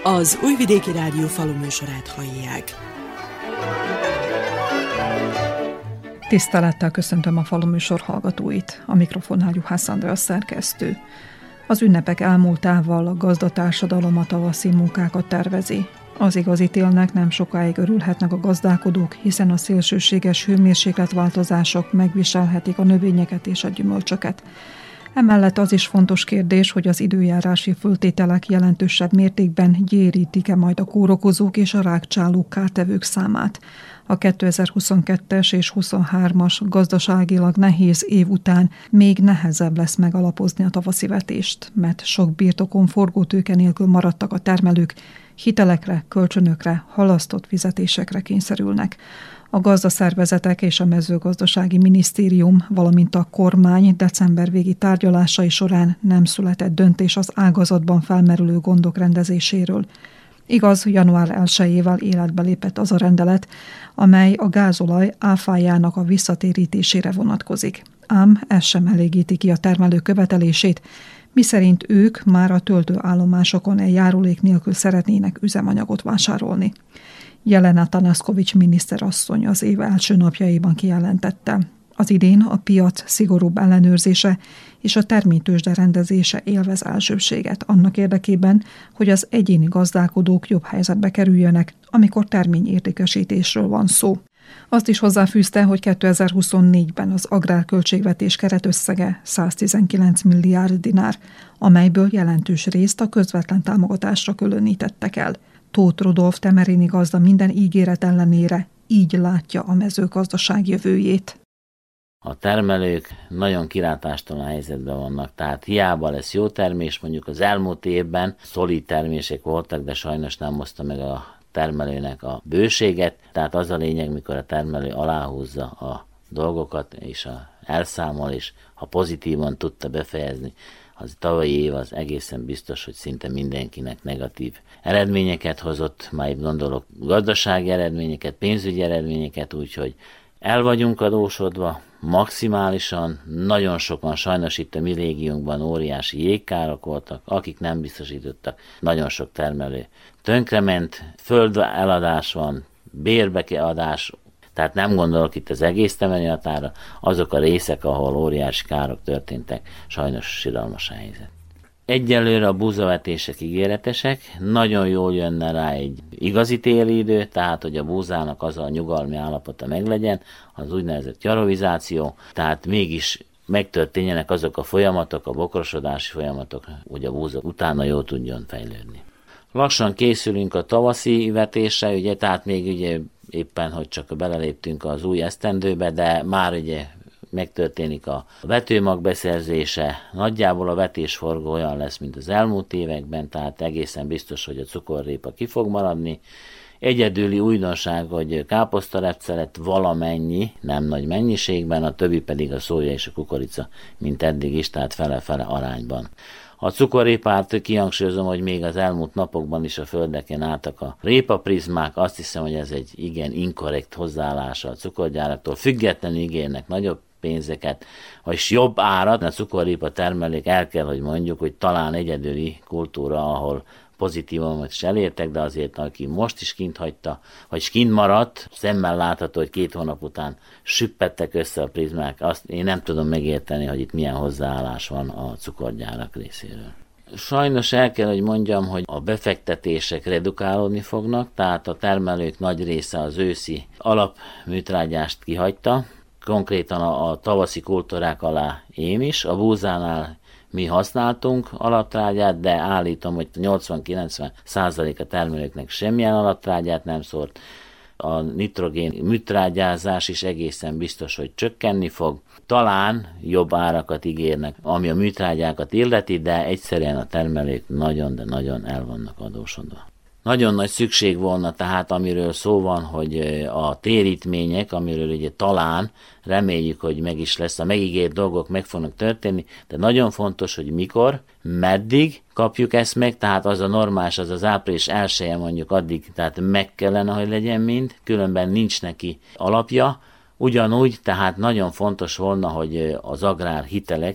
Az Újvidéki Rádió faluműsorát hallják. Tisztelettel köszöntöm a faluműsor hallgatóit, a mikrofonnál Juhász Andrea szerkesztő. Az ünnepek elmúltával a gazdatársadalom a tavaszi munkákat tervezi. Az igazi télnek nem sokáig örülhetnek a gazdálkodók, hiszen a szélsőséges hőmérsékletváltozások megviselhetik a növényeket és a gyümölcsöket. Emellett az is fontos kérdés, hogy az időjárási föltételek jelentősebb mértékben gyérítik-e majd a kórokozók és a rágcsálók kártevők számát. A 2022-es és 2023-as gazdaságilag nehéz év után még nehezebb lesz megalapozni a tavaszi vetést, mert sok birtokon forgótőke nélkül maradtak a termelők, hitelekre, kölcsönökre, halasztott fizetésekre kényszerülnek. A gazdaszervezetek és a mezőgazdasági minisztérium, valamint a kormány december végi tárgyalásai során nem született döntés az ágazatban felmerülő gondok rendezéséről. Igaz, január 1-ével életbe lépett az a rendelet, amely a gázolaj áfájának a visszatérítésére vonatkozik. Ám ez sem elégíti ki a termelő követelését, miszerint ők már a töltőállomásokon egy járulék nélkül szeretnének üzemanyagot vásárolni. Jelena Tanaszkovics miniszterasszony az év első napjaiban kijelentette. Az idén a piac szigorúbb ellenőrzése és a terménytőzsde rendezése élvez elsőbséget annak érdekében, hogy az egyéni gazdálkodók jobb helyzetbe kerüljenek, amikor terményértékesítésről van szó. Azt is hozzáfűzte, hogy 2024-ben az agrárköltségvetés keretösszege 119 milliárd dinár, amelyből jelentős részt a közvetlen támogatásra különítettek el. Tóth Rudolf temerini gazda minden ígéret ellenére így látja a mezőgazdaság jövőjét. A termelők nagyon kilátástalan helyzetben vannak, tehát hiába lesz jó termés, mondjuk az elmúlt évben szolid termések voltak, de sajnos nem hozta meg a termelőnek a bőséget, tehát az a lényeg, mikor a termelő aláhúzza a dolgokat, és elszámol, és ha pozitívan tudta befejezni, az tavalyi év az egészen biztos, hogy szinte mindenkinek negatív eredményeket hozott, már itt gondolok gazdasági eredményeket, pénzügyi eredményeket, úgyhogy el vagyunk adósodva, maximálisan, nagyon sokan, sajnos itt a mi régiónkban óriási jégkárok voltak, akik nem biztosítottak, nagyon sok termelő tönkrement, földeladás van, bérbeadás, tehát nem gondolok itt az egész temeri határa, azok a részek, ahol óriási károk történtek, sajnos siralmas a helyzet. Egyelőre a búzavetések ígéretesek, nagyon jól jönne rá egy igazi téli idő, tehát hogy a búzának az a nyugalmi állapota meglegyen, az úgynevezett jarovizáció, tehát mégis megtörténjenek azok a folyamatok, a bokrosodási folyamatok, hogy a búza utána jól tudjon fejlődni. Lassan készülünk a tavaszi vetésre, ugye, tehát még ugye éppen, hogy csak beleléptünk az új esztendőbe, de már ugye megtörténik a vetőmag beszerzése, nagyjából a vetésforgó olyan lesz, mint az elmúlt években, tehát egészen biztos, hogy a cukorrépa ki fog maradni. Egyedüli újdonság, hogy káposztarepcelet valamennyi, nem nagy mennyiségben, a többi pedig a szója és a kukorica, mint eddig is, tehát fele-fele arányban. A cukorrépát kihangsúlyozom, hogy még az elmúlt napokban is a földeken álltak a répaprizmák, azt hiszem, hogy ez egy igen inkorrekt hozzáállása a cukorgyáraktól, függetlenül ígérnek nagyobb pénzeket, vagyis jobb árat, a cukorrépa termelők el kell, hogy mondjuk, hogy talán egyedüli kultúra, ahol pozitívumot is elértek, de azért, aki most is kint hagyta, vagy kint maradt, szemmel látható, hogy 2 hónap után süppettek össze a prizmák, azt én nem tudom megérteni, hogy itt milyen hozzáállás van a cukorgyárak részéről. Sajnos el kell, hogy mondjam, hogy a befektetések redukálódni fognak, tehát a termelők nagy része az őszi alapműtrágyást kihagyta, konkrétan a tavaszi kultúrák alá én is, a búzánál mi használtunk alaptrágyát, de állítom, hogy 80-90% a termelőknek semmilyen alaptrágyát nem szórt. A nitrogén műtrágyázás is egészen biztos, hogy csökkenni fog. Talán jobb árakat ígérnek, ami a műtrágyákat illeti, de egyszerűen a termelők nagyon, de nagyon el vannak adósodva. Nagyon nagy szükség volna tehát, amiről szó van, hogy a térítmények, amiről ugye talán reméljük, hogy meg is lesz, a megígért dolgok meg fognak történni, de nagyon fontos, hogy mikor, meddig kapjuk ezt meg, tehát az a normális, az az április 1-je mondjuk addig, tehát meg kellene, hogy legyen mind, különben nincs neki alapja. Ugyanúgy, tehát nagyon fontos volna, hogy az agrárhitelek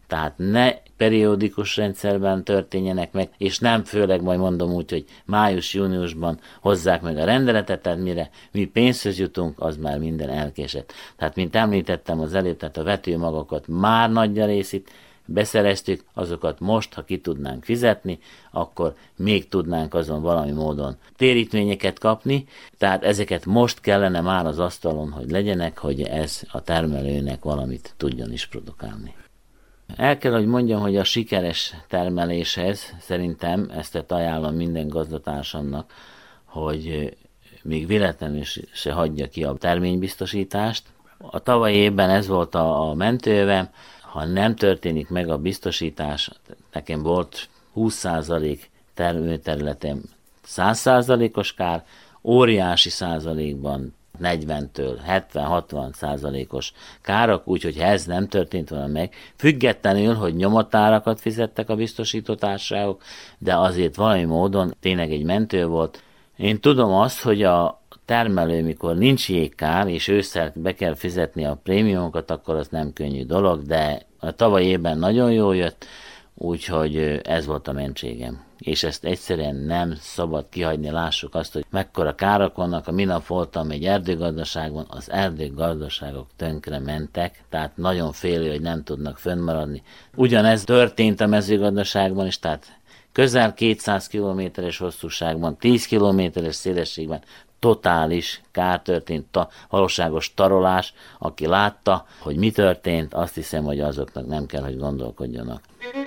Tehát ne periódikus rendszerben történjenek meg, és nem főleg majd mondom úgy, hogy május-júniusban hozzák meg a rendeletet, tehát mire mi pénzhöz jutunk, az már minden elkésett. Tehát, mint említettem az előbb, tehát a vetőmagakat már nagy részét beszereztük, azokat most, ha ki tudnánk fizetni, akkor még tudnánk azon valami módon térítményeket kapni, tehát ezeket most kellene már az asztalon, hogy legyenek, hogy ez a termelőnek valamit tudjon is produkálni. El kell, hogy mondjam, hogy a sikeres termeléshez szerintem ezt ajánlom minden gazdatársamnak, hogy még véletlenül se hagyja ki a terménybiztosítást. A tavalyi évben ez volt a mentővem, ha nem történik meg a biztosítás, nekem volt 20% termőterületem 100%-os kár, óriási százalékban 40-től 70-60%-os károk, úgyhogy ez nem történt volna meg, függetlenül, hogy nyomatárakat fizettek a biztosító társaságok, de azért valami módon tényleg egy mentő volt. Én tudom azt, hogy a termelő, mikor nincs jégkár, és ősszel be kell fizetni a prémiumokat, akkor az nem könnyű dolog, de a tavalyi évben nagyon jól jött, úgyhogy ez volt a mentségem. És ezt egyszerűen nem szabad kihagyni, lássuk azt, hogy mekkora kárak vannak. A minap voltam egy erdőgazdaságban, az erdőgazdaságok tönkre mentek, tehát nagyon félő, hogy nem tudnak fönnmaradni. Ugyanez történt a mezőgazdaságban is, tehát közel 200 kilométeres hosszúságban, 10 kilométeres szélességben totális kár történt, valóságos tarolás. Aki látta, hogy mi történt, azt hiszem, hogy azoknak nem kell, hogy gondolkodjanak.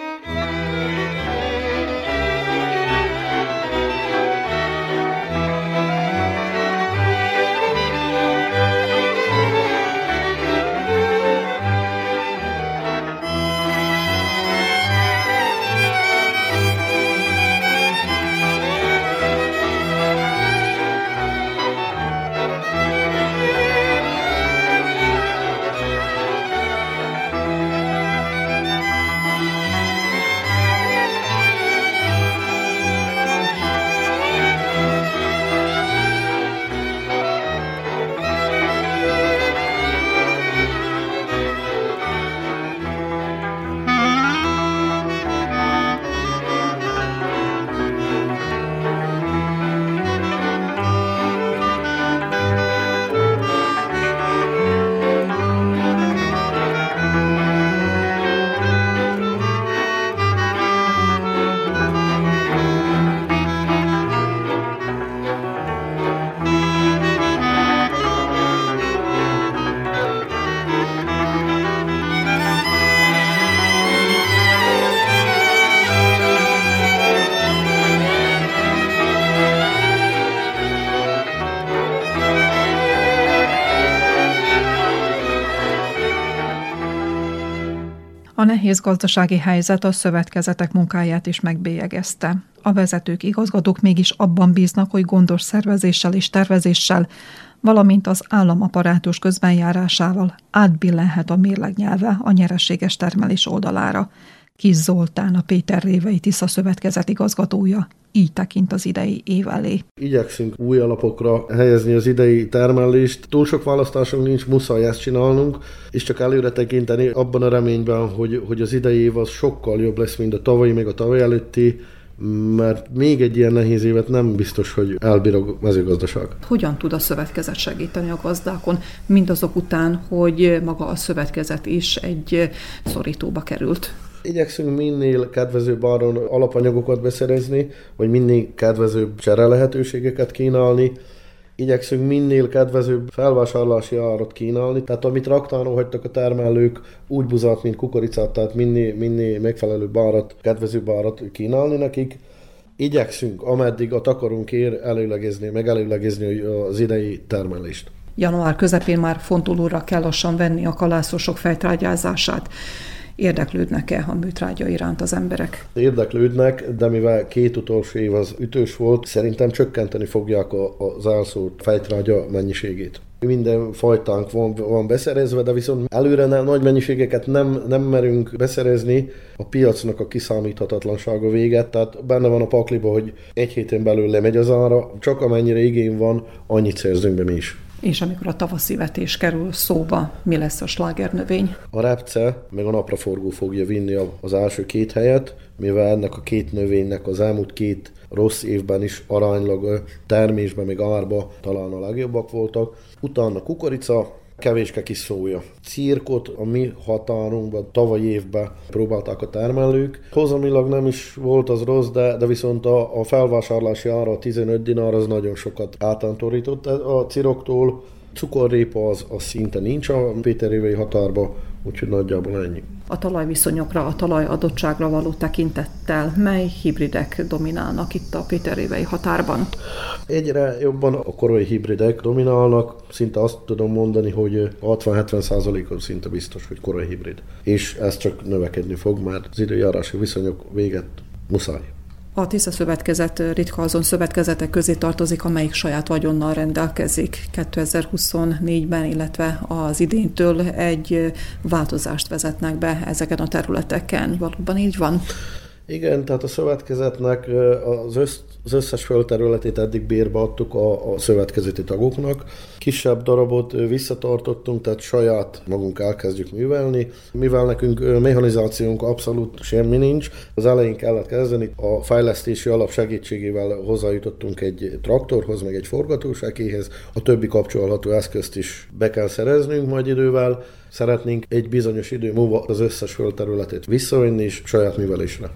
A nehéz gazdasági helyzet a szövetkezetek munkáját is megbélyegezte. A vezetők, igazgatók mégis abban bíznak, hogy gondos szervezéssel és tervezéssel, valamint az államaparátus közbenjárásával átbillenhet a mérleg nyelve a nyereséges termelés oldalára. Kis Zoltán, a Péter Révei Tisza Szövetkezet igazgatója így tekint az idei év elé. Igyekszünk új alapokra helyezni az idei termelést. Túl sok választásunk nincs, muszáj ezt csinálnunk, és csak előre tekinteni abban a reményben, hogy az idei év az sokkal jobb lesz, mint a tavalyi, meg a tavaly előtti, mert még egy ilyen nehéz évet nem biztos, hogy elbír a mezőgazdaság. Hogyan tud a szövetkezet segíteni a gazdákon, mindazok után, hogy maga a szövetkezet is egy szorítóba került? Igyekszünk minél kedvezőbb áron alapanyagokat beszerezni, vagy minél kedvezőbb csere lehetőségeket kínálni. Igyekszünk minél kedvezőbb felvásárlási árat kínálni, tehát amit raktáron hagytak a termelők, úgy buzát, mint kukoricát, tehát minél megfelelőbb árat, kedvezőbb árat kínálni nekik. Igyekszünk, ameddig a takarunk ér, megelőlegezni az idei termelést. Január közepén már fontolóra kell lassan venni a kalászosok fejtrágyázását. Érdeklődnek-e a műtrágya iránt az emberek? Érdeklődnek, de mivel 2 utolsó év az ütős volt, szerintem csökkenteni fogják az elszórt fejtrágya mennyiségét. Minden fajtánk van beszerezve, de viszont előre nagy mennyiségeket nem merünk beszerezni, a piacnak a kiszámíthatatlansága véget, tehát benne van a pakliba, hogy 1 héten belül lemegy az ára, csak amennyire igény van, annyit szerzünk be mi is. És amikor a tavaszi vetés kerül szóba, mi lesz a slágernövény? A repce meg a napraforgó fogja vinni az első 2 helyet, mivel ennek a 2 növénynek az elmúlt 2 rossz évben is aránylag termésben, még árban talán a legjobbak voltak. Utána kukorica, kevéske kis szója. Cirkot a mi határunkban tavalyi évben próbálták a termelők. Hozamilag nem is volt az rossz, de viszont a felvásárlási ára, a 15 dinár, az nagyon sokat átántorított a ciroktól. Cukorrépa az szinte nincs a péterrévei határban, úgyhogy nagyjából ennyi. A talajviszonyokra, a talajadottságra való tekintettel mely hibridek dominálnak itt a péterrévei határban? Egyre jobban a korai hibridek dominálnak, szinte azt tudom mondani, hogy 60-70%-on szinte biztos, hogy korai hibrid. És ez csak növekedni fog, mert az időjárási viszonyok véget muszáj. A Tisza Szövetkezet ritka azon szövetkezetek közé tartozik, amelyik saját vagyonnal rendelkezik. 2024-ben, illetve az idéntől egy változást vezetnek be ezeken a területeken. Valóban így van? Igen, tehát a szövetkezetnek az összes földterületét eddig bérbe adtuk a szövetkezeti tagoknak. Kisebb darabot visszatartottunk, tehát saját magunk elkezdjük művelni. Mivel nekünk mechanizációnk abszolút semmi nincs, az elején kellett kezdeni. A fejlesztési alap segítségével hozzájutottunk egy traktorhoz, meg egy forgatósekéhez. A többi kapcsolható eszközt is be kell szereznünk majd idővel. Szeretnénk egy bizonyos idő múlva az összes földterületét visszavenni és saját művelésre.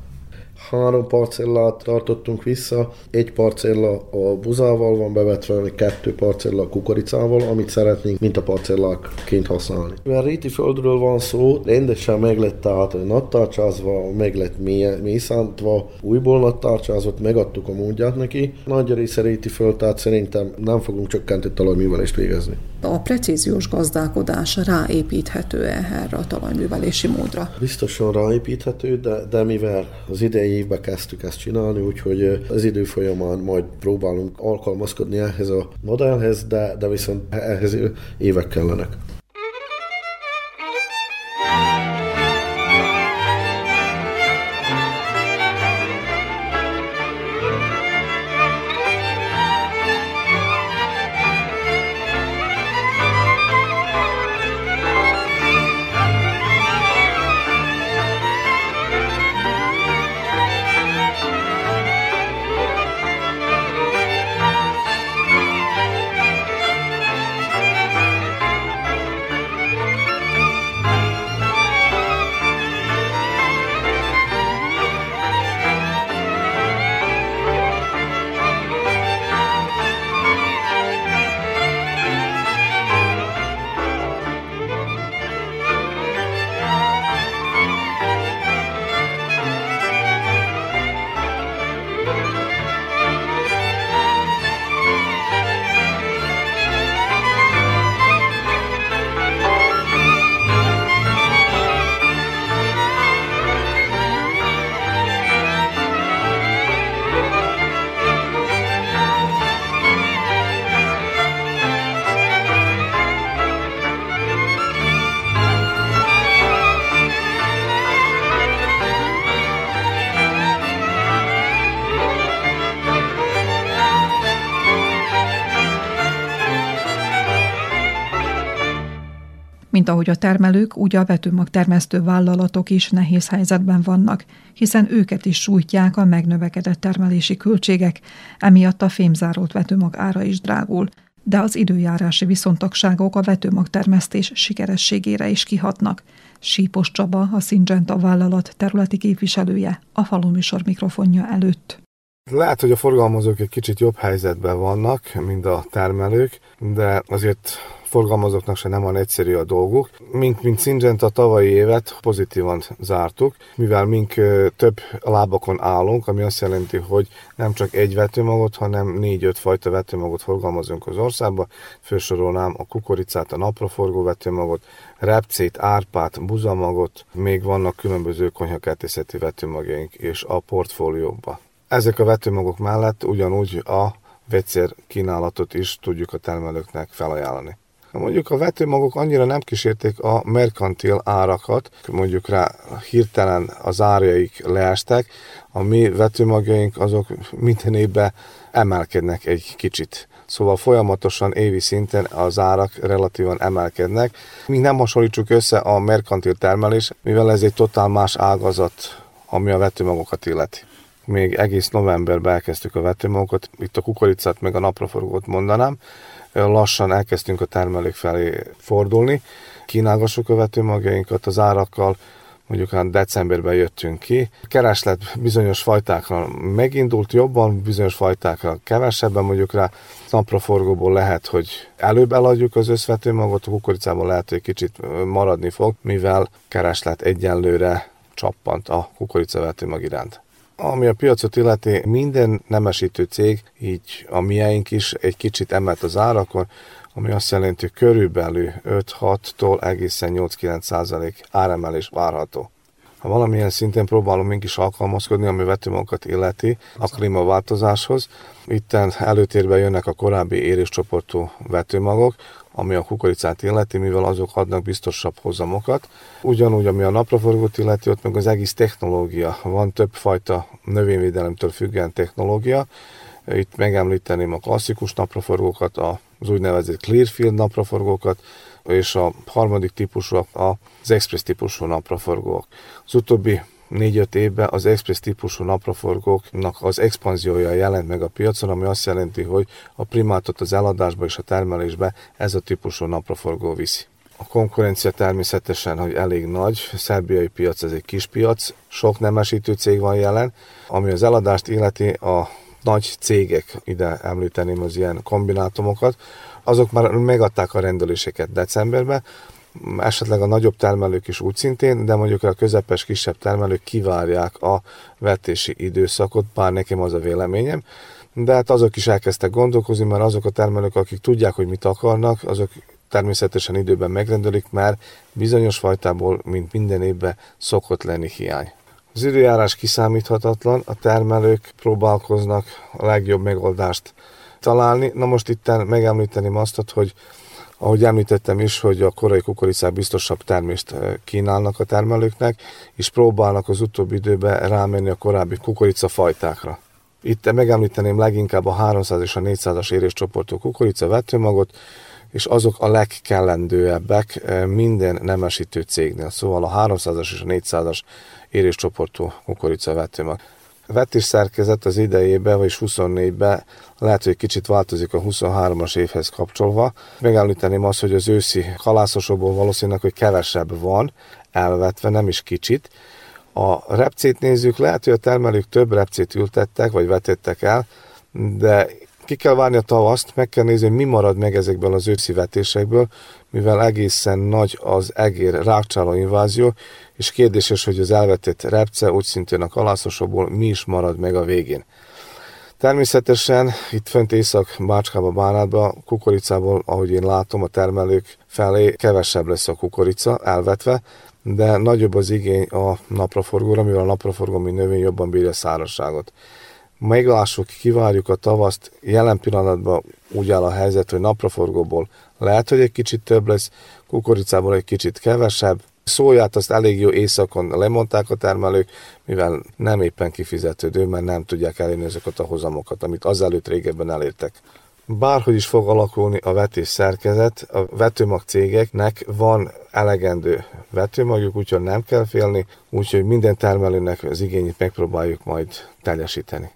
3 parcellát tartottunk vissza, 1 parcella a buzával van bevetve, még 2 parcella a kukoricával, amit szeretnénk mintaparcellákként használni. Mivel réti földről van szó, rendesen meg lett tehát nattárcsázva, meg lett mélyszántva, újból nattárcsázott, megadtuk a módját neki. Nagy része réti föld, tehát szerintem nem fogunk csökkentett talajművelést végezni. A precíziós gazdálkodás ráépíthető-e erre a talajművelési módra? Biztosan ráépíthető, de mivel az idei évben kezdtük ezt csinálni, úgyhogy az idő folyamán majd próbálunk alkalmazkodni ehhez a modellhez, de viszont ehhez évek kellenek. Mint ahogy a termelők, úgy a vetőmagtermesztő vállalatok is nehéz helyzetben vannak, hiszen őket is sújtják a megnövekedett termelési költségek, emiatt a fémzárolt vetőmag ára is drágul. De az időjárási viszontagságok a vetőmagtermesztés sikerességére is kihatnak. Sípos Csaba, a Syngenta vállalat területi képviselője, a Faluműsor mikrofonja előtt. Lehet, hogy a forgalmazók egy kicsit jobb helyzetben vannak, mint a termelők, de azért forgalmazóknak se nem van egyszerű a dolguk. Mint Syngenta tavalyi évet pozitívan zártuk, mivel mink több lábakon állunk, ami azt jelenti, hogy nem csak egy vetőmagot, hanem 4-5 fajta vetőmagot forgalmazunk az országba. Fősorolnám a kukoricát, a napraforgó vetőmagot, repcét, árpát, buzamagot, még vannak különböző konyhakertészeti vetőmagjaink és a portfóliókban. Ezek a vetőmagok mellett ugyanúgy a vegyszer kínálatot is tudjuk a termelőknek felajánlani. Mondjuk a vetőmagok annyira nem kísérték a merkantil árakat, mondjuk rá hirtelen az árjaik leestek, a mi vetőmagjaink azok minden évben emelkednek egy kicsit. Szóval folyamatosan évi szinten az árak relatívan emelkednek. Mi nem hasonlítsuk össze a merkantil termelés, mivel ez egy totál más ágazat, ami a vetőmagokat illeti. Még egész novemberben elkezdtük a vetőmagokat, itt a kukoricát meg a napraforgót mondanám. Lassan elkezdtünk a termelők felé fordulni, kínálgassuk a vetőmagjainkat az árakkal, mondjuk hát decemberben jöttünk ki. Kereslet bizonyos fajtákra megindult jobban, bizonyos fajtákra kevesebben, mondjuk rá napraforgóból lehet, hogy előbb eladjuk az összvetőmagot, a kukoricában lehet, hogy kicsit maradni fog, mivel kereslet egyenlőre csappant a kukoricavetőmag iránt. Ami a piacot illeti, minden nemesítő cég, így a miénk is egy kicsit emelt az árakon, ami azt jelenti, hogy körülbelül 5-6-tól egészen 8-9% áremelés várható. Ha valamilyen szinten próbálunk mink is alkalmazkodni, ami vetőmagokat illeti a klímaváltozáshoz, itten előtérbe jönnek a korábbi éréscsoportú vetőmagok, ami a kukoricát illeti, mivel azok adnak biztosabb hozamokat. Ugyanúgy, ami a napraforgót illeti, ott meg az egész technológia. Van többfajta növényvédelemtől függően technológia. Itt megemlíteném a klasszikus napraforgókat, az úgynevezett Clearfield napraforgókat, és a harmadik típusú az express típusú napraforgók. Az utóbbi 4-5 évben az express típusú napraforgóknak az expanziója jelent meg a piacon, ami azt jelenti, hogy a primátot az eladásba és a termelésbe ez a típusú napraforgó viszi. A konkurencia természetesen, hogy elég nagy, a szerbiai piac ez egy kis piac, sok nemesítő cég van jelen, ami az eladást illeti a nagy cégek, ide említeném az ilyen kombinátumokat, azok már megadták a rendeléseket decemberben, esetleg a nagyobb termelők is úgy szintén, de mondjuk a közepes, kisebb termelők kivárják a vetési időszakot, bár nekem az a véleményem, de hát azok is elkezdtek gondolkozni, mert azok a termelők, akik tudják, hogy mit akarnak, azok természetesen időben megrendelik, mert bizonyos fajtából, mint minden évben szokott lenni hiány. Az időjárás kiszámíthatatlan, a termelők próbálkoznak a legjobb megoldást találni. Na most itt megemlíteném azt, hogy ahogy említettem is, hogy a korai kukoricák biztosabb termést kínálnak a termelőknek, és próbálnak az utóbbi időben rámenni a korábbi kukoricafajtákra. Itt megemlíteném leginkább a 300 és a 400-as éréscsoportú kukorica vetőmagot, és azok a legkellendőebbek minden nemesítő cégnél. Szóval a 300-as és a 400-as éréscsoportú kukorica vetőmag. A vetésszerkezet az idejében, vagyis 24-ben lehet, hogy kicsit változik a 23-as évhez kapcsolva. Megemlíteném azt, hogy az őszi halászosokból valószínűleg, hogy kevesebb van elvetve, nem is kicsit. A repcét nézzük, lehet, hogy a termelők több repcét ültettek, vagy vetettek el, de ki kell várni a tavaszt, meg kell nézni, hogy mi marad meg ezekből az őszi vetésekből, mivel egészen nagy az egér rákcsáló invázió, és kérdéses, hogy az elvetett repce, úgy szintén a kalászosokból mi is marad meg a végén. Természetesen itt fönt Észak-Bácskába, Bánátba, kukoricából, ahogy én látom, a termelők felé kevesebb lesz a kukorica elvetve, de nagyobb az igény a napraforgóra, mivel a napraforgó, mint növény jobban bírja a szárazságot. Meglássuk, kivárjuk a tavaszt, jelen pillanatban úgy áll a helyzet, hogy napraforgóból lehet, hogy egy kicsit több lesz, kukoricából egy kicsit kevesebb. Szóját azt elég jó éjszakon lemondták a termelők, mivel nem éppen kifizetődő, mert nem tudják elérni ezeket a hozamokat, amit azelőtt régebben elértek. Bárhogy is fog alakulni a vetés szerkezet, a vetőmag cégeknek van elegendő vetőmagjuk, úgyhogy nem kell félni, úgyhogy minden termelőnek az igényét megpróbáljuk majd teljesíteni.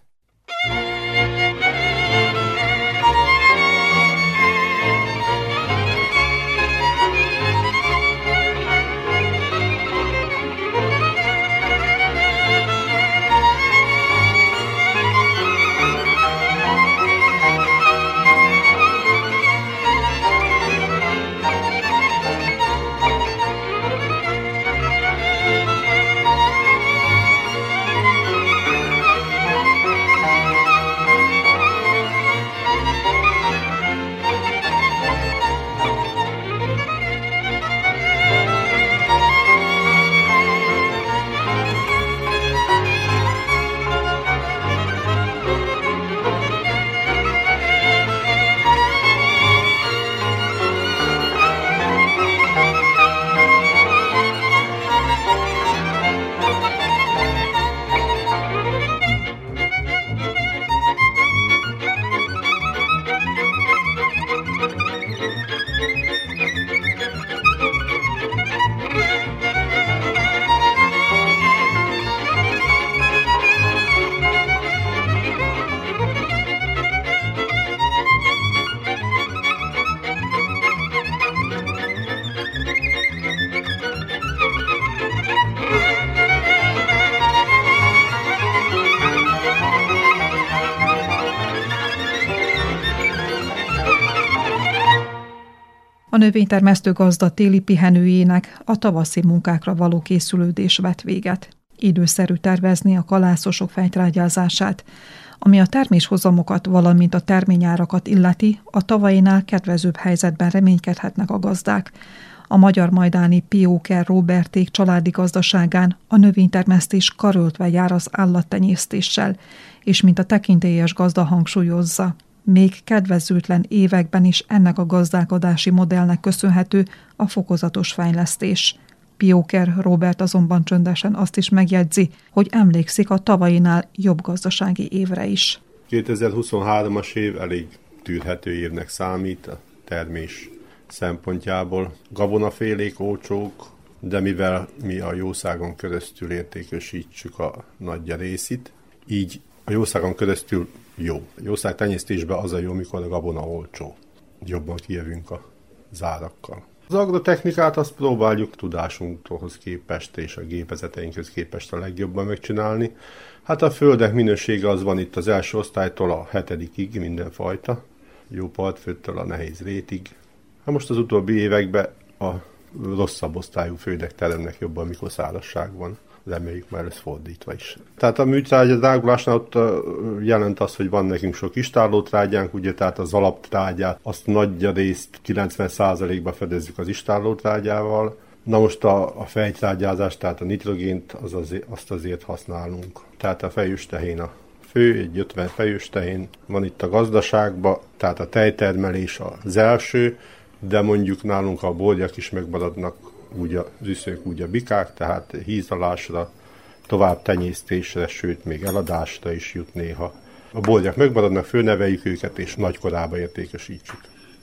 növénytermesztő gazda téli pihenőjének a tavaszi munkákra való készülődés vett véget. Időszerű tervezni a kalászosok fejtrágyázását, ami a terméshozamokat, valamint a terményárakat illeti, a tavainál kedvezőbb helyzetben reménykedhetnek a gazdák. A magyar majdáni Pióker Róberték családi gazdaságán a növénytermesztés karöltve jár az állattenyésztéssel, és mint a tekintélyes gazda hangsúlyozza, még kedvezőtlen években is ennek a gazdálkodási modellnek köszönhető a fokozatos fejlesztés. Pióker Róbert azonban csöndesen azt is megjegyzi, hogy emlékszik a tavainál jobb gazdasági évre is. 2023-as év elég tűrhető évnek számít a termés szempontjából. Gabonafélék olcsók, de mivel mi a jószágon keresztül értékesítsük a nagy részét, így a jószágon keresztül jó. A jószág tenyésztésben az a jó, mikor a gabona olcsó. Jobban kijövünk a zárakkal. Az agrotechnikát azt próbáljuk tudásunkhoz képest és a gépezeteinkhez képest a legjobban megcsinálni. Hát a földek minősége az van itt az első osztálytól a 7-ig mindenfajta. Jó partfőttől a nehéz rétig. Hát most az utóbbi években a rosszabb osztályú földek teremnek jobban, mikor szárazság van. Reméljük már ez fordítva is. Tehát a műtrágya drágulásnál ott jelent az, hogy van nekünk sok istállótrágyánk, ugye, tehát az alaptrágyát, azt nagy részt 90%-ba fedezzük az istállótrágyával. Na most a fejtrágyázás, tehát a nitrogént, azt azért használunk. Tehát a fejőstehén a fő, egy 50 fejőstehén van itt a gazdaságban, tehát a tejtermelés az első, de mondjuk nálunk a borjak is megmaradnak, úgy az üszők, úgy a bikák, tehát hízalásra, tovább tenyésztésre, sőt még eladásra is jut néha. A borjak megmaradnak, fölneveljük őket, és nagykorába értékesítjük.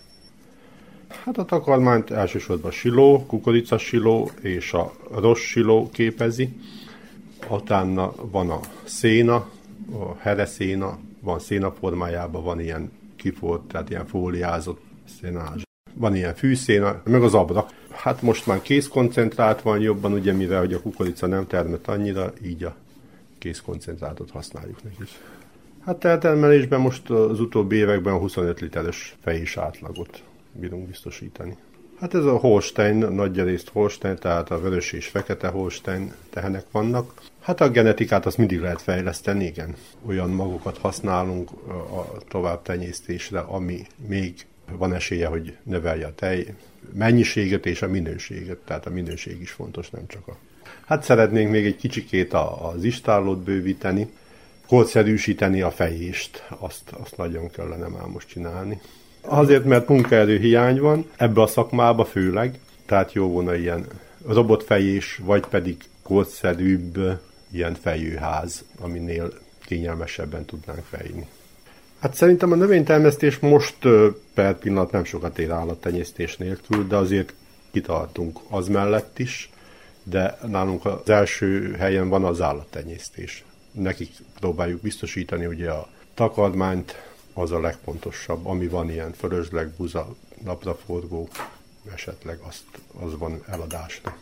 Hát a takarmányt elsősorban siló, kukoricasiló és a rossz siló képezi. Utána van a széna, a hereszéna, van széna formájában, van ilyen kifolt, tehát ilyen fóliázott szénázs. Van ilyen fűszéna, meg az abrak. Hát most már készkoncentrált van jobban, ugye mivel hogy a kukorica nem termet annyira, így a készkoncentrátot használjuk neki. Hát eltermelésben most az utóbbi években 25 literes fejés átlagot bírunk biztosítani. Hát ez a Holstein, nagyrészt Holstein, tehát a vörös és fekete Holstein tehenek vannak. Hát a genetikát azt mindig lehet fejleszteni, igen. Olyan magokat használunk a továbbtenyésztésre, ami még van esélye, hogy növelje a tej mennyiséget és a minőséget, tehát a minőség is fontos, nem csak a... Hát szeretnénk még egy kicsikét az istállót bővíteni, korszerűsíteni a fejést, azt nagyon kellene már most csinálni. Azért, mert munkaerő hiány van, ebbe a szakmába főleg, tehát jó volna ilyen robotfejés, vagy pedig korszerűbb ilyen fejőház, aminél kényelmesebben tudnánk fejni. Hát szerintem a növénytermesztés most per pillanat nem sokat ér állattenyésztés nélkül, de azért kitartunk az mellett is, de nálunk az első helyen van az állattenyésztés. Nekik próbáljuk biztosítani ugye a takarmányt, az a legfontosabb, ami van ilyen fölösleg, buza, napraforgó, esetleg az van eladásra.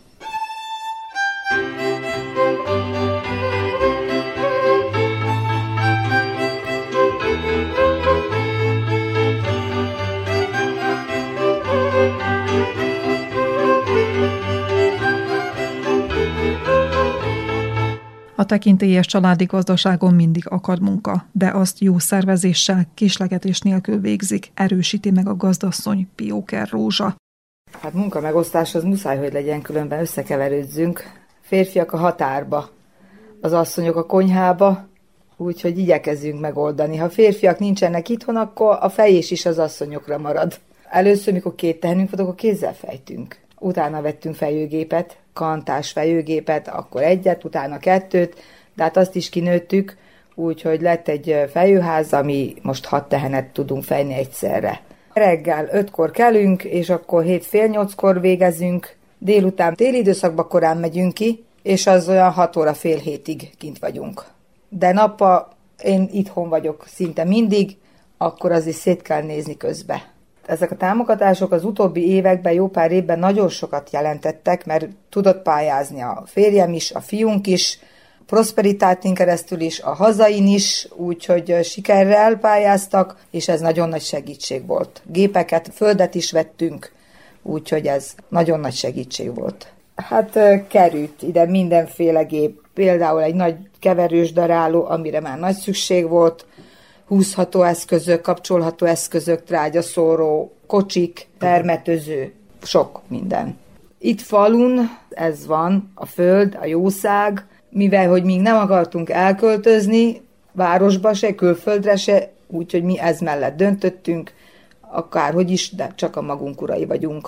A tekintélyes családi gazdaságon mindig akad munka, de azt jó szervezéssel, késlegetés nélkül végzik, erősíti meg a gazdasszony Pióker Rózsa. Hát munkamegosztás az muszáj, hogy legyen, különben összekeverődzünk. Férfiak a határba, az asszonyok a konyhába, úgyhogy igyekezzünk megoldani. Ha férfiak nincsenek itthon, akkor a fejés is az asszonyokra marad. Először, mikor 2 tehenünk volt, akkor kézzel fejtünk. Utána vettünk fejőgépet, kantás fejőgépet, akkor 1, utána 2, de hát azt is kinőttük, úgyhogy lett egy fejőház, ami most 6 tehenet tudunk fejni egyszerre. Reggel 5-kor kelünk, és akkor 7-8-kor végezünk, délután téli időszakban korán megyünk ki, és az olyan 6 óra fél 7-ig kint vagyunk. De nappal én itthon vagyok szinte mindig, akkor azért szét kell nézni közbe. Ezek a támogatások az utóbbi években, jó pár évben nagyon sokat jelentettek, mert tudott pályázni a férjem is, a fiunk is, Prosperitátin keresztül is, a hazain is, úgyhogy sikerrel pályáztak, és ez nagyon nagy segítség volt. Gépeket, földet is vettünk, úgyhogy ez nagyon nagy segítség volt. Hát került ide mindenféle gép, például egy nagy keverős daráló, amire már nagy szükség volt, húzható eszközök, kapcsolható eszközök, trágyaszóró, kocsik, termetőző, sok minden. Itt falun ez van, a föld, a jószág, mivel hogy még nem akartunk elköltözni városba se, külföldre se, úgyhogy mi ez mellett döntöttünk, akárhogy is, de csak a magunk urai vagyunk.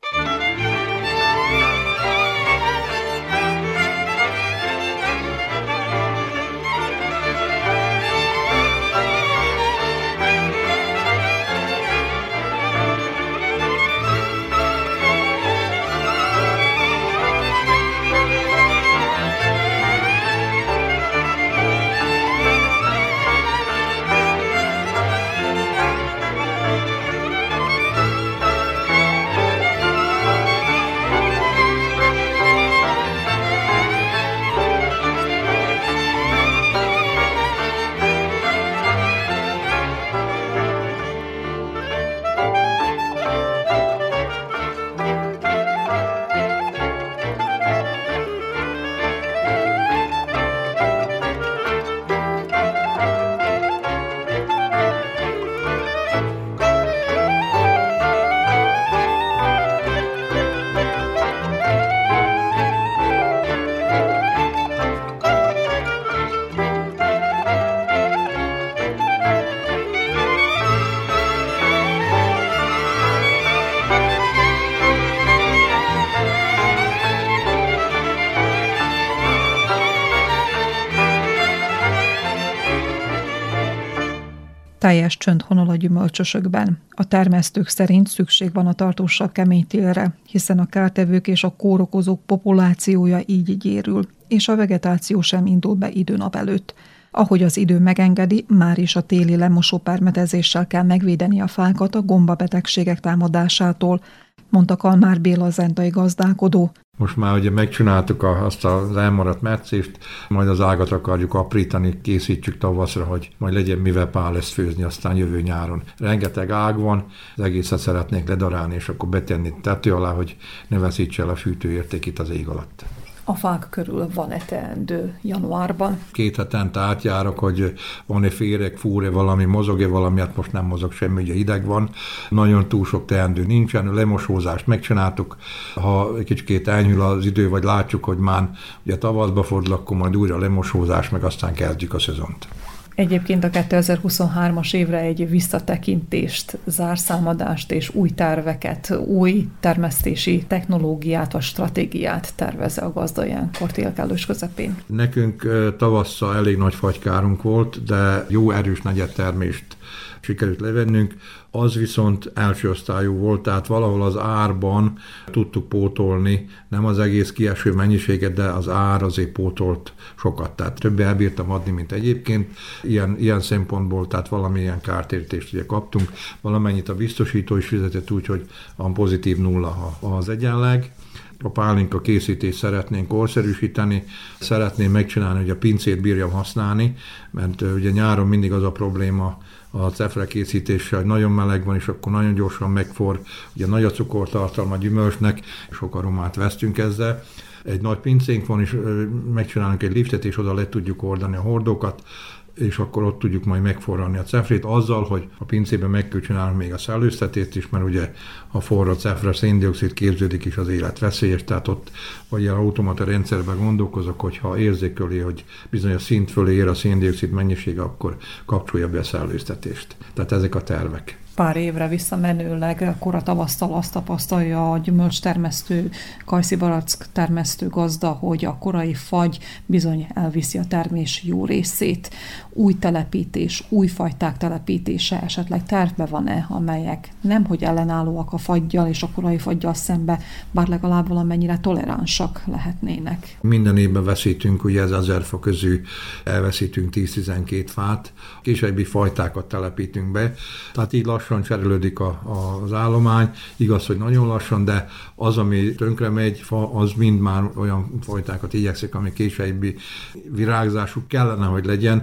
Teljes csönd honol a gyümölcsösökben. A termesztők szerint szükség van a tartósabb kemény télre, hiszen a kártevők és a kórokozók populációja így gyérül, és a vegetáció sem indul be időnap előtt. Ahogy az idő megengedi, már is a téli lemosópermetezéssel kell megvédeni a fákat a gombabetegségek támadásától, mondta Kalmár Béla zentai gazdálkodó. Most már ugye megcsináltuk azt az elmaradt metszést, majd az ágat akarjuk aprítani, készítjük tavaszra, hogy majd legyen mivel pál lesz főzni aztán jövő nyáron. Rengeteg ág van, az egészet szeretnék ledarálni, és akkor betenni tető alá, hogy ne veszítse el a fűtőértékét az ég alatt. A fák körül van-e teendő januárban? 2 hetente átjárok, hogy van-e féreg, fúr-e valami, mozog-e valami, hát most nem mozog semmi, ugye hideg van. Nagyon túl sok teendő nincsen, lemosózást megcsináltuk. Ha egy kicsit enyhül az idő, vagy látjuk, hogy már ugye tavaszba fordul, akkor majd újra lemosózás, meg aztán kezdjük a szezont. Egyébként a 2023-as évre egy visszatekintést, zárszámadást és új terveket, új termesztési technológiát vagy stratégiát tervez a gazda ilyenkor télkelős közepén. Nekünk tavasszal elég nagy fagykárunk volt, de jó erős negyedtermést sikerült levennünk. Az viszont első osztályú volt, tehát valahol az árban tudtuk pótolni, nem az egész kieső mennyiséget, de az ár azért pótolt sokat, tehát többé elbírtam adni, mint egyébként. Ilyen szempontból, tehát valamilyen kártérítést ugye kaptunk, valamennyit a biztosító is fizetett úgy, hogy a pozitív nulla az egyenleg. A pálinka készítést szeretnénk korszerűsíteni, szeretném megcsinálni, hogy a pincét bírjam használni, mert ugye nyáron mindig az a probléma a cefre készítéssel, hogy nagyon meleg van, és akkor nagyon gyorsan megfor, ugye nagy a cukortartalma gyümölcsnek, sok aromát vesztünk ezzel. Egy nagy pincénk van, és megcsinálunk egy liftet, és oda le tudjuk oldani a hordókat, és akkor ott tudjuk majd megforrani a cefrét azzal, hogy a pincében meg kell csinálni még a szellőztetést is, mert ugye ha forró cefre, széndioxid képződik is, az élet veszélyes, tehát ott vagy ilyen automata rendszerben gondolkozok, hogyha érzékeli, hogy bizonyos szint fölé ér a széndioxid mennyisége, akkor kapcsolja be a szellőztetést. Tehát ezek a tervek. Pár évre visszamenőleg kora tavasztal azt tapasztalja a gyümölcstermesztő, kajszibarack termesztő gazda, hogy a korai fagy bizony elviszi a termés jó részét. Új telepítés, új fajták telepítése esetleg tervbe van-e, amelyek nemhogy ellenállóak a faggyal és a korai faggyal szembe, bár legalább valamennyire toleránsak lehetnének. Minden évben veszítünk, ugye ez 1000 fa közül elveszítünk 10-12 fát, későbbi fajtákat telepítünk be, tehát így lassan cserélődik az állomány, igaz, hogy nagyon lassan, de az, ami tönkre megy, fa, az mind már olyan fajtákat igyekszik, ami későbbi virágzásuk kellene, hogy legyen, viszont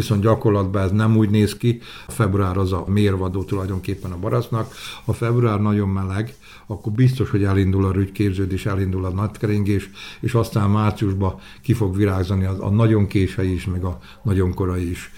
viszont gyakorlatban ez nem úgy néz ki. A február az a mérvadó tulajdonképpen a barasznak. Ha február nagyon meleg, akkor biztos, hogy elindul a rügyképződés, elindul a nagykeringés, és aztán márciusban ki fog virágzani a nagyon késői is, meg a nagyon korai is.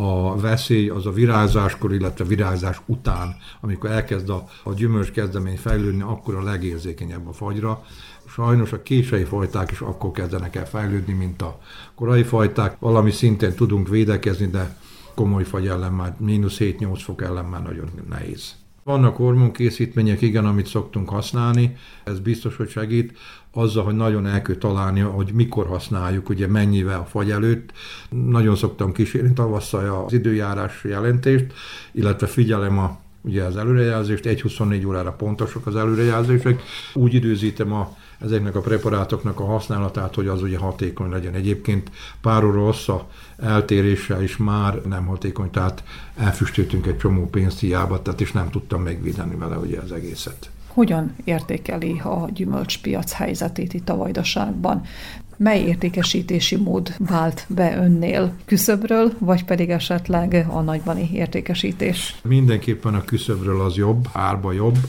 A veszély az a virágzáskor, illetve virágzás után, amikor elkezd a gyümölcs kezdemény fejlődni, akkor a legérzékenyebb a fagyra. Sajnos a késői fajták is akkor kezdenek el fejlődni, mint a korai fajták. Valami szinten tudunk védekezni, de komoly fagy ellen már -7-8 fok ellen már nagyon nehéz. Vannak hormonkészítmények, igen, amit szoktunk használni, ez biztos, hogy segít, azzal, hogy nagyon el kell találni, hogy mikor használjuk, ugye mennyivel a fagy előtt. Nagyon szoktam kísérni tavasszal az időjárás jelentést, illetve figyelem ugye az előrejelzést, 1-24 órára pontosak az előrejelzések. Úgy időzítem ezeknek a preparátoknak a használatát, hogy az ugye hatékony legyen. Egyébként pár óra hossza eltéréssel is már nem hatékony, tehát elfüstöltünk egy csomó pénzt hiába, tehát is nem tudtam megvédeni vele ugye az egészet. Hogyan értékeli a gyümölcspiac helyzetét itt a Vajdaságban? Mely értékesítési mód vált be önnél? Küszöbről, vagy pedig esetleg a nagybani értékesítés? Mindenképpen a küszöbről az jobb, árba jobb.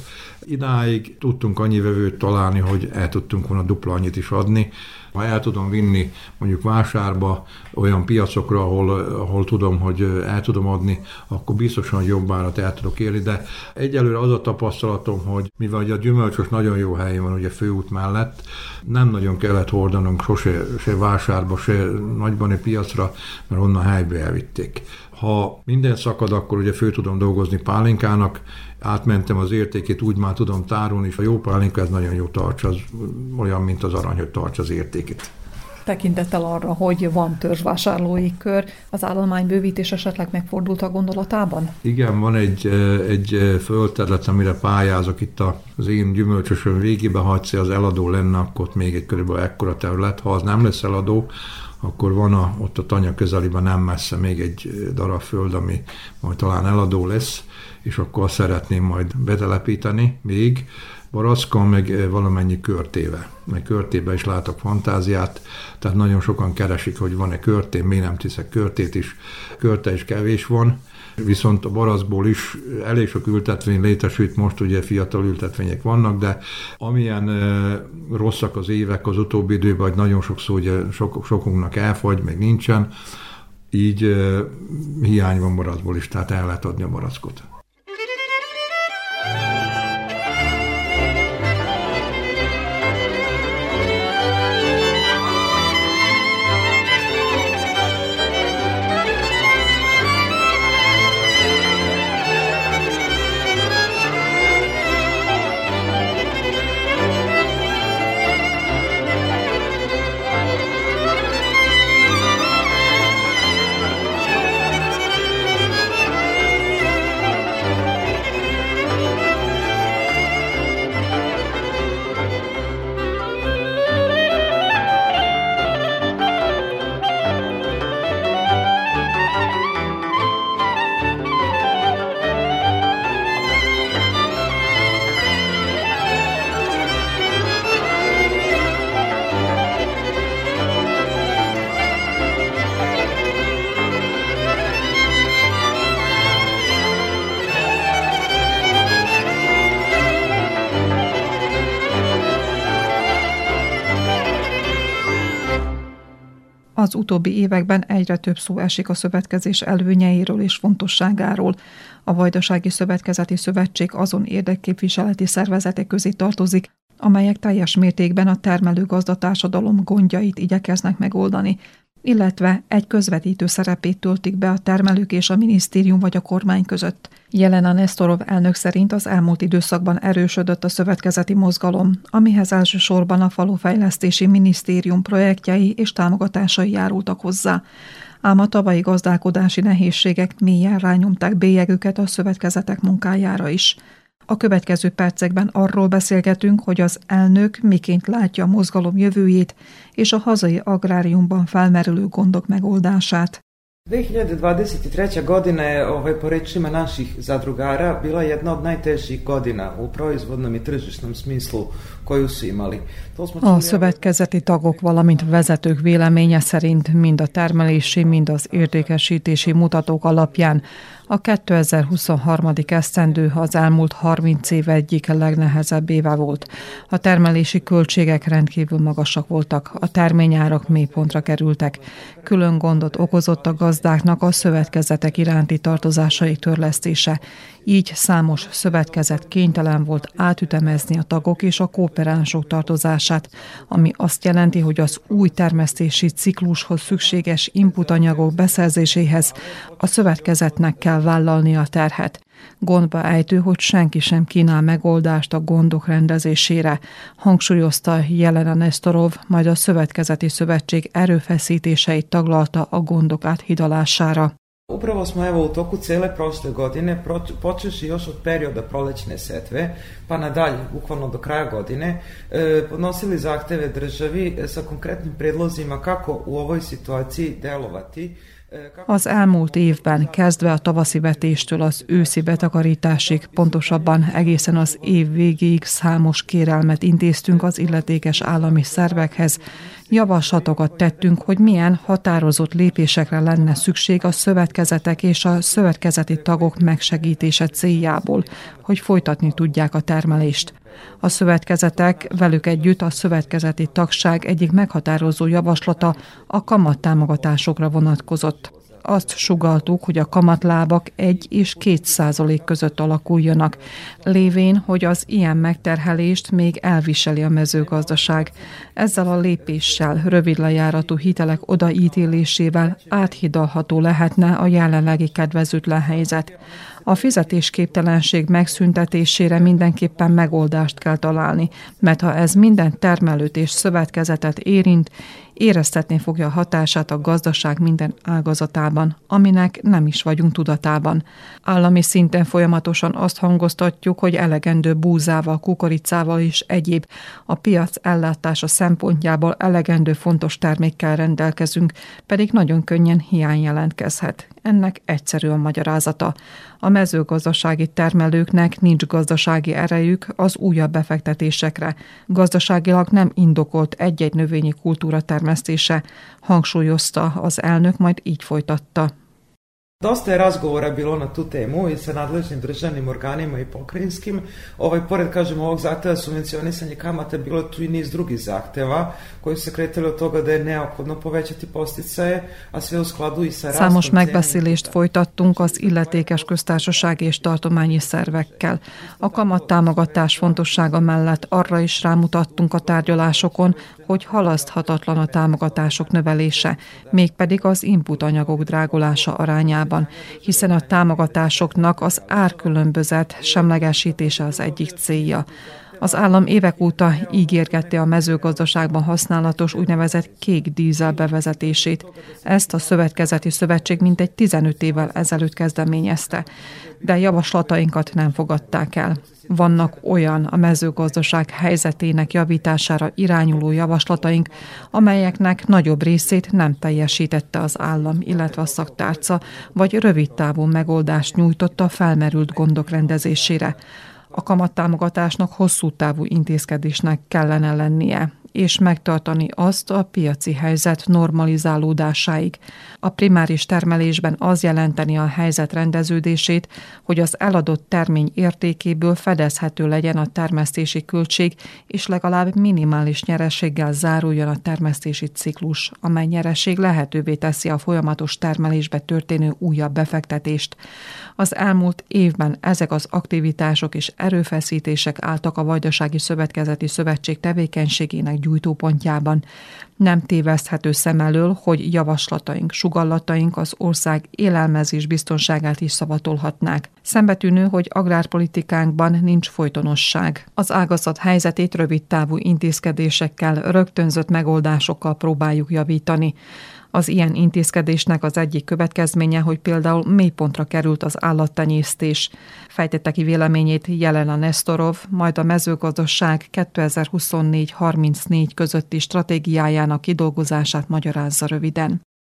Idáig tudtunk annyi vevőt találni, hogy el tudtunk volna dupla annyit is adni. Ha el tudom vinni mondjuk vásárba, olyan piacokra, ahol tudom, hogy el tudom adni, akkor biztosan jobb árat el tudok érni, de egyelőre az a tapasztalatom, hogy mivel a gyümölcsös nagyon jó helyen van, ugye főút mellett, nem nagyon kellett hordanunk se vásárba, se nagybani piacra, mert onnan helybe elvitték. Ha minden szakad, akkor ugye fő tudom dolgozni pálinkának, átmentem az értékét, úgy már tudom tárolni, és a jó pálinka ez nagyon jó tartsa, az olyan, mint az arany, hogy tartsa az értékét. Tekintettel arra, hogy van törzsvásárlói kör, az állománybővítés esetleg megfordult a gondolatában? Igen, van egy földterület, amire pályázok itt az én gyümölcsösön végébe, ha egyszer az eladó lenne, akkor még egy körülbelül ekkora terület. Ha az nem lesz eladó, akkor van ott a Tanya közelében nem messze még egy darab föld, ami majd talán eladó lesz, és akkor azt szeretném majd betelepíteni még. Barackal meg valamennyi körtéve. Meg körtébe is látok fantáziát, tehát nagyon sokan keresik, hogy van-e körté, miért nem tiszek körtét is. Körte is kevés van, viszont a barackból is elég sok ültetvény létesült, most ugye fiatal ültetvények vannak, de amilyen rosszak az évek az utóbbi időben, hogy nagyon sokszor ugye sokunknak elfagy, meg nincsen, így hiány van barackból is, tehát el lehet adni a barackot. Az utóbbi években egyre több szó esik a szövetkezés előnyeiről és fontosságáról. A Vajdasági Szövetkezeti Szövetség azon érdekképviseleti szervezetek közé tartozik, amelyek teljes mértékben a termelőgazdatársadalom gondjait igyekeznek megoldani, illetve egy közvetítő szerepét töltik be a termelők és a minisztérium vagy a kormány között. Jelena Nestorov elnök szerint az elmúlt időszakban erősödött a szövetkezeti mozgalom, amihez elsősorban a Falufejlesztési Minisztérium projektjei és támogatásai járultak hozzá. Ám a tavalyi gazdálkodási nehézségek mélyen rányomták bélyegüket a szövetkezetek munkájára is. A következő percekben arról beszélgetünk, hogy az elnök miként látja a mozgalom jövőjét és a hazai agráriumban felmerülő gondok megoldását. 2023. godine po rečima naših zadrugara bila jedna od najtežih godina u proizvodnom i tržišnom smislu koju su imali. A szövetkezeti tagok, valamint vezetők véleménye szerint mind a termelési, mind az értékesítési mutatók alapján a 2023. esztendő az elmúlt 30 év egyik legnehezebb éve volt. A termelési költségek rendkívül magasak voltak, a terményárak mélypontra kerültek. Külön gondot okozott a gazdáknak a szövetkezetek iránti tartozásaik törlesztése. Így számos szövetkezet kénytelen volt átütemezni a tagok és a kooperánsok tartozását, ami azt jelenti, hogy az új termesztési ciklushoz szükséges inputanyagok beszerzéséhez a szövetkezetnek kell vállalni a terhet. Gondba ejtő, hogy senki sem kínál megoldást a gondok rendezésére, hangsúlyozta Jelena Nestorov, majd a Szövetkezeti Szövetség erőfeszítéseit taglalta a gondok áthidalására. Upravo smo evo u toku cijele prošle godine, počeši još od perioda prolećne setve, pa nadalje, bukvalno do kraja godine, podnosili zahteve državi sa konkretnim predlozima kako u ovoj situaciji delovati. Az elmúlt évben, kezdve a tavaszi vetéstől az őszi betakarításig, pontosabban egészen az év végéig számos kérelmet intéztünk az illetékes állami szervekhez. Javaslatokat tettünk, hogy milyen határozott lépésekre lenne szükség a szövetkezetek és a szövetkezeti tagok megsegítése céljából, hogy folytatni tudják a termelést. A szövetkezetek, velük együtt a szövetkezeti tagság egyik meghatározó javaslata a kamattámogatásokra vonatkozott. Azt sugalltuk, hogy a kamatlábak 1 és 2% között alakuljanak, lévén, hogy az ilyen megterhelést még elviseli a mezőgazdaság. Ezzel a lépéssel, rövid lejáratú hitelek odaítélésével áthidalható lehetne a jelenlegi kedvezőtlen helyzet. A fizetésképtelenség megszüntetésére mindenképpen megoldást kell találni, mert ha ez minden termelőt és szövetkezetet érint, éreztetni fogja a hatását a gazdaság minden ágazatában, aminek nem is vagyunk tudatában. Állami szinten folyamatosan azt hangoztatjuk, hogy elegendő búzával, kukoricával és egyéb a piac ellátása szempontjából elegendő fontos termékkel rendelkezünk, pedig nagyon könnyen hiány jelentkezhet. Ennek egyszerű a magyarázata. A mezőgazdasági termelőknek nincs gazdasági erejük az újabb befektetésekre. Gazdaságilag nem indokolt egy-egy növényi kultúra termesztése, hangsúlyozta az elnök, majd így folytatta. Dosta je razgovora bilo na tu temu i sa nadležnim državnim organima i pokrajinskim. Pored, ovog zahteva subvencionisanja kamata, bilo tu i niz drugih zahteva koji su se kretali od toga da je neophodno povećati posticaje, a sve u skladu i sa rastom cena. Számos megbeszélést folytattunk az illetékes köztársasági és tartományi szervekkel. A kamattámogatás fontossága mellett arra is rámutattunk a tárgyalásokon, hogy halaszthatatlan a támogatások növelése, mégpedig az inputanyagok drágulása arányában, hiszen a támogatásoknak az árkülönbözet semlegesítése az egyik célja. Az állam évek óta ígérgette a mezőgazdaságban használatos úgynevezett kék dízel bevezetését. Ezt a Szövetkezeti Szövetség mintegy 15 évvel ezelőtt kezdeményezte, de javaslatainkat nem fogadták el. Vannak olyan a mezőgazdaság helyzetének javítására irányuló javaslataink, amelyeknek nagyobb részét nem teljesítette az állam, illetve a szaktárca, vagy rövidtávú megoldást nyújtott a felmerült gondok rendezésére. A kamattámogatásnak hosszú távú intézkedésnek kellene lennie, és megtartani azt a piaci helyzet normalizálódásáig. A primáris termelésben az jelenteni a helyzet rendeződését, hogy az eladott termény értékéből fedezhető legyen a termesztési költség, és legalább minimális nyereséggel záruljon a termesztési ciklus, amely nyereség lehetővé teszi a folyamatos termelésbe történő újabb befektetést. Az elmúlt évben ezek az aktivitások és erőfeszítések álltak a Vajdasági Szövetkezeti Szövetség tevékenységének gyújtópontjában. Nem téveszthető szem elől, hogy javaslataink, sugallataink az ország élelmezés biztonságát is szavatolhatnák. Szembetűnő, hogy agrárpolitikánkban nincs folytonosság. Az ágazat helyzetét rövidtávú intézkedésekkel, rögtönzött megoldásokkal próbáljuk javítani. Az ilyen intézkedésnek az egyik következménye, hogy például mélypontra került az állattenyésztés. Fejtette ki véleményét Jelena Nestorov, majd a mezőgazdaság 2024-34 közötti stratégiájának kidolgozását magyarázza röviden.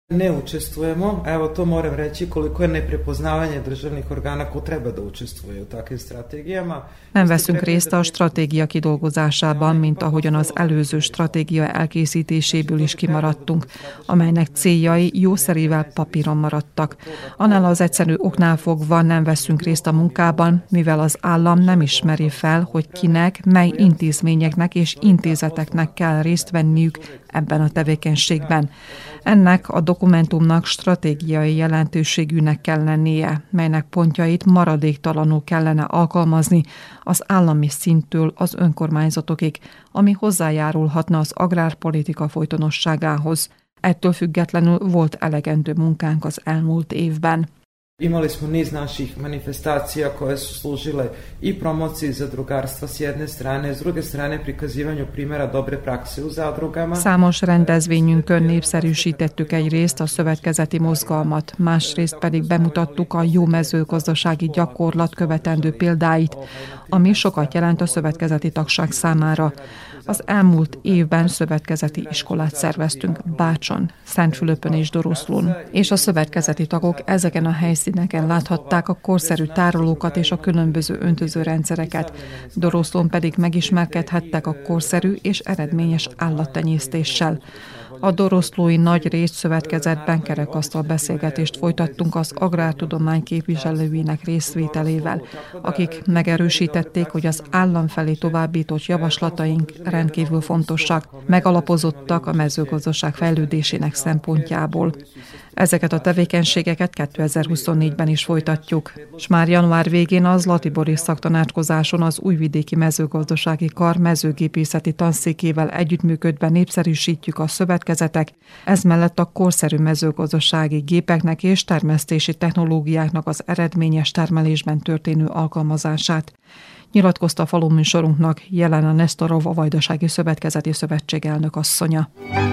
Ne učestvujemo, evo to moram reći koliko je neprepoznavanje državnih organa ko treba da učestvuje u takvim stratégiáma. Nem veszünk részt a stratégia kidolgozásában, mint ahogyan az előző stratégia elkészítéséből is kimaradtunk, amelynek céljai jószerével papíron maradtak. Annál az egyszerű oknál fogva nem veszünk részt a munkában, mivel az állam nem ismeri fel, hogy kinek, mely intézményeknek és intézeteknek kell részt venniük ebben a tevékenységben. Ennek a dokumentumnak stratégiai jelentőségűnek kell lennie, melynek pontjait maradéktalanul kellene alkalmazni az állami szinttől az önkormányzatokig, ami hozzájárulhatna az agrárpolitika folytonosságához. Ettől függetlenül volt elegendő munkánk az elmúlt évben. Imali smo niz naših manifestacija koje su služile i promociji zadrugarstva s jedne strane, s druge strane prikazivanju primjera dobre prakse u zadrugama. Számos rendezvényünkön népszerűsítettük egyrészt a szövetkezeti mozgalmat, másrészt pedig bemutattuk a jó mezőgazdasági gyakorlat követendő példáit, ami sokat jelent a szövetkezeti tagság számára. Az elmúlt évben szövetkezeti iskolát szerveztünk Bácson, Szentfülöpön és Doroszlón, és a szövetkezeti tagok ezeken a helyszíneken láthatták a korszerű tárolókat és a különböző öntözőrendszereket, Doroszlón pedig megismerkedhettek a korszerű és eredményes állattenyésztéssel. A doroszlói nagy részszövetkezetben kerekasztal beszélgetést folytattunk az agrártudomány képviselőinek részvételével, akik megerősítették, hogy az állam felé továbbított javaslataink rendkívül fontosak, megalapozottak a mezőgazdaság fejlődésének szempontjából. Ezeket a tevékenységeket 2024-ben is folytatjuk, és már január végén az Latibori szaktanácskozáson az Újvidéki Mezőgazdasági Kar mezőgépészeti tanszékével együttműködve népszerűsítjük a szövetkezetek, ez mellett a korszerű mezőgazdasági gépeknek és termesztési technológiáknak az eredményes termelésben történő alkalmazását. Nyilatkozta a faluműsorunknak Jelena Nestorov, a Vajdasági Szövetkezeti Szövetség elnök asszonya.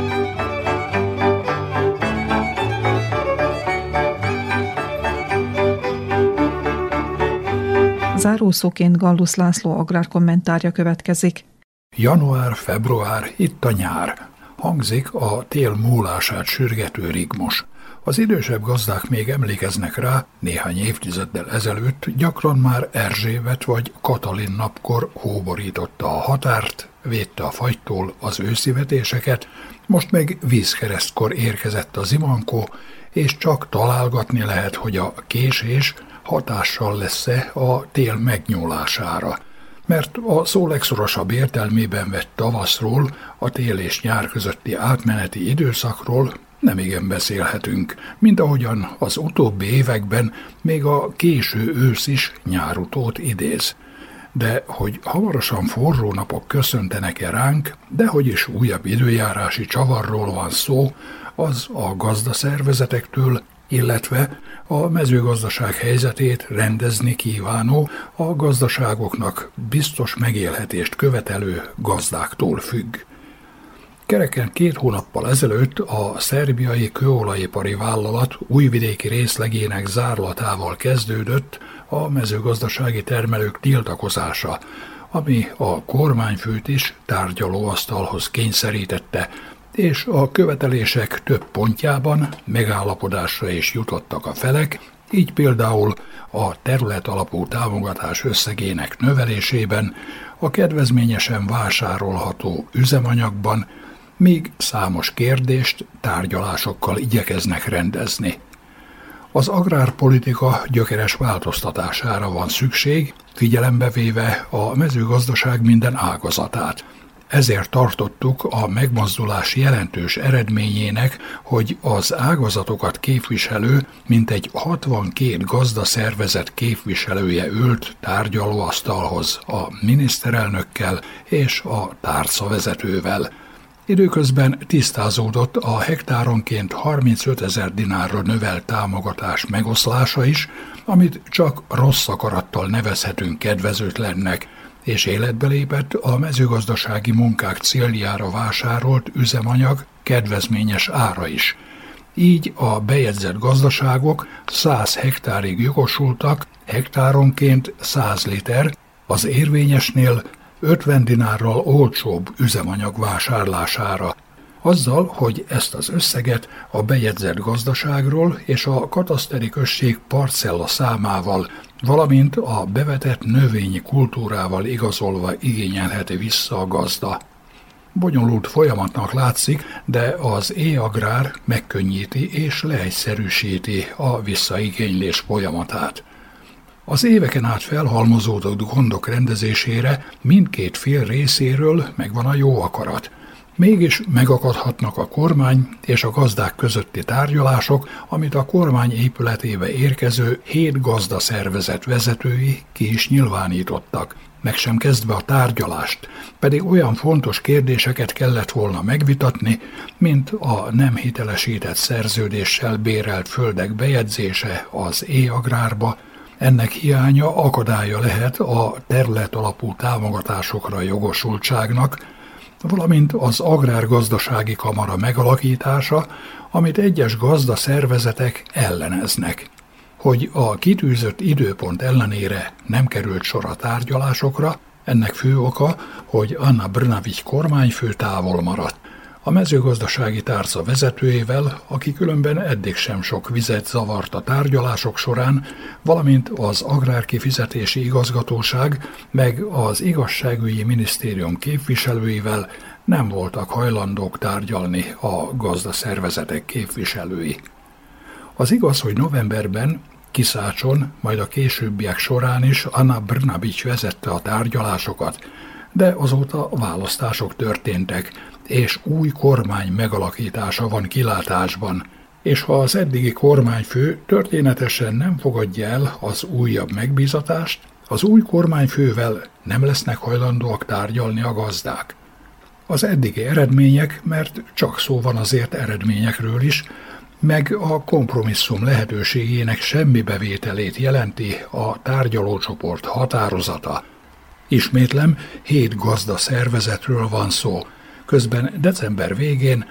Zárószóként Gallus László agrárkommentárja következik. Január-február, itt a nyár. Hangzik a tél múlását sürgető rigmos. Az idősebb gazdák még emlékeznek rá, néhány évtizeddel ezelőtt gyakran már Erzsébet vagy Katalin napkor hóborította a határt, védte a fagytól az őszivetéseket, most meg vízkeresztkor érkezett az imankó, és csak találgatni lehet, hogy a késés hatással lesz-e a tél megnyúlására. Mert a szó legszorosabb értelmében vett tavaszról, a tél és nyár közötti átmeneti időszakról nemigen beszélhetünk, mint ahogyan az utóbbi években még a késő ősz is nyárutót idéz. De hogy hamarosan forró napok köszöntenek-e ránk, dehogy is újabb időjárási csavarról van szó, az a gazdaszervezetektől, illetve a mezőgazdaság helyzetét rendezni kívánó, a gazdaságoknak biztos megélhetést követelő gazdáktól függ. Kereken 2 hónappal ezelőtt a szerbiai kőolajipari vállalat újvidéki részlegének zárlatával kezdődött a mezőgazdasági termelők tiltakozása, ami a kormányfőt is tárgyalóasztalhoz kényszerítette, és a követelések több pontjában megállapodásra is jutottak a felek, így például a terület alapú támogatás összegének növelésében, a kedvezményesen vásárolható üzemanyagban, míg számos kérdést tárgyalásokkal igyekeznek rendezni. Az agrárpolitika gyökeres változtatására van szükség, figyelembe véve a mezőgazdaság minden ágazatát. Ezért tartottuk a megmozdulás jelentős eredményének, hogy az ágazatokat képviselő mintegy 62 gazdaszervezet képviselője ült tárgyalóasztalhoz a miniszterelnökkel és a tárcavezetővel. Időközben tisztázódott a hektáronként 35 000 dinárra növelt támogatás megoszlása is, amit csak rossz akarattal nevezhetünk kedvezőtlennek, és életbe lépett a mezőgazdasági munkák céljára vásárolt üzemanyag kedvezményes ára is. Így a bejegyzett gazdaságok 100 hektárig jogosultak hektáronként 100 liter, az érvényesnél 50 dinárral olcsóbb üzemanyag vásárlására. azzal, hogy ezt az összeget a bejegyzett gazdaságról és a kataszteri község parcella számával, valamint a bevetett növényi kultúrával igazolva igényelheti vissza a gazda. Bonyolult folyamatnak látszik, de az e-agrár megkönnyíti és leegyszerűsíti a visszaigénylés folyamatát. Az éveken át felhalmozódott gondok rendezésére mindkét fél részéről megvan a jó akarat. Mégis megakadhatnak a kormány és a gazdák közötti tárgyalások, amit a kormány épületébe érkező 7 gazdaszervezet vezetői ki is nyilvánítottak, meg sem kezdve a tárgyalást, pedig olyan fontos kérdéseket kellett volna megvitatni, mint a nem hitelesített szerződéssel bérelt földek bejegyzése az e-agrárba. Ennek hiánya akadálya lehet a területalapú támogatásokra jogosultságnak, valamint az agrárgazdasági kamara megalakítása, amit egyes gazdaszervezetek elleneznek. Hogy a kitűzött időpont ellenére nem került sor a tárgyalásokra, ennek fő oka, hogy Anna Brnabić kormányfő távol maradt. A mezőgazdasági tárca vezetőjével, aki különben eddig sem sok vizet zavart a tárgyalások során, valamint az Agrárkifizetési Igazgatóság meg az Igazságügyi Minisztérium képviselőivel nem voltak hajlandók tárgyalni a gazdaszervezetek képviselői. Az igaz, hogy novemberben Kiszácson, majd a későbbiek során is Anna Brnabić vezette a tárgyalásokat, de azóta választások történtek, és új kormány megalakítása van kilátásban, és ha az eddigi kormányfő történetesen nem fogadja el az újabb megbízatást, az új kormányfővel nem lesznek hajlandóak tárgyalni a gazdák. Az eddigi eredmények, mert csak szó van azért eredményekről is, meg a kompromisszum lehetőségének semmi bevételét jelenti a tárgyalócsoport határozata. Ismétlem, 7 gazdaszervezetről van szó, közben december végén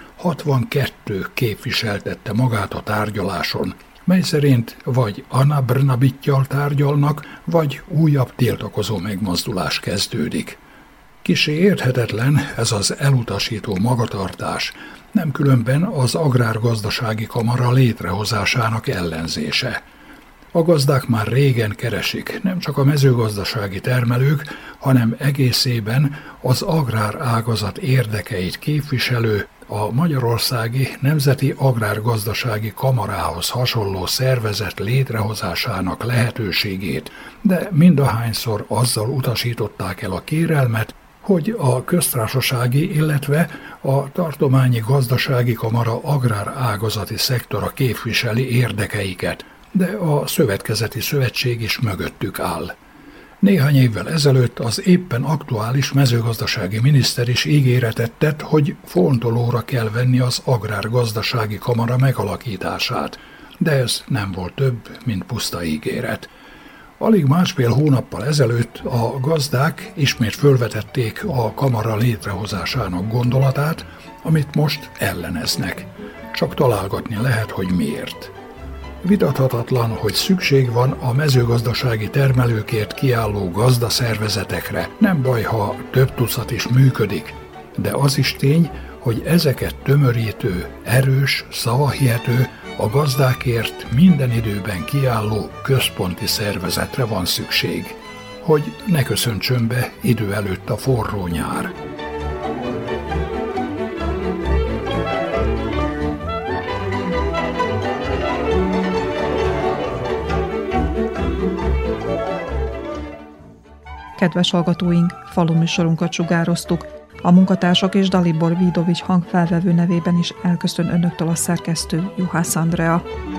62 képviseltette magát a tárgyaláson, mely szerint vagy Anna Brnabićjal tárgyalnak, vagy újabb tiltakozó megmozdulás kezdődik. Kissé érthetetlen ez az elutasító magatartás, nem különben az Agrárgazdasági Kamara létrehozásának ellenzése. A gazdák már régen keresik, nem csak a mezőgazdasági termelők, hanem egészében az agrárágazat érdekeit képviselő, a Magyarországi Nemzeti Agrárgazdasági Kamarához hasonló szervezet létrehozásának lehetőségét, de mindahányszor azzal utasították el a kérelmet, hogy a köztársasági, illetve a tartományi gazdasági kamara agrárágazati szektora képviseli érdekeiket, de a szövetkezeti szövetség is mögöttük áll. Néhány évvel ezelőtt az éppen aktuális mezőgazdasági miniszter is ígéretet tett, hogy fontolóra kell venni az agrárgazdasági kamara megalakítását, de ez nem volt több, mint puszta ígéret. Alig másfél hónappal ezelőtt a gazdák ismét fölvetették a kamara létrehozásának gondolatát, amit most elleneznek. Csak találgatni lehet, hogy miért. Vitathatatlan, hogy szükség van a mezőgazdasági termelőkért kiálló gazdaszervezetekre. Nem baj, ha több tucat is működik, de az is tény, hogy ezeket tömörítő, erős, szavahihető, a gazdákért minden időben kiálló központi szervezetre van szükség, hogy ne köszöntsön be idő előtt a forró nyár. Kedves hallgatóink, faluműsorunkat sugároztuk. A munkatársak és Dalibor Vidovics hangfelvevő nevében is elköszön önöktől a szerkesztő, Juhász Andrea.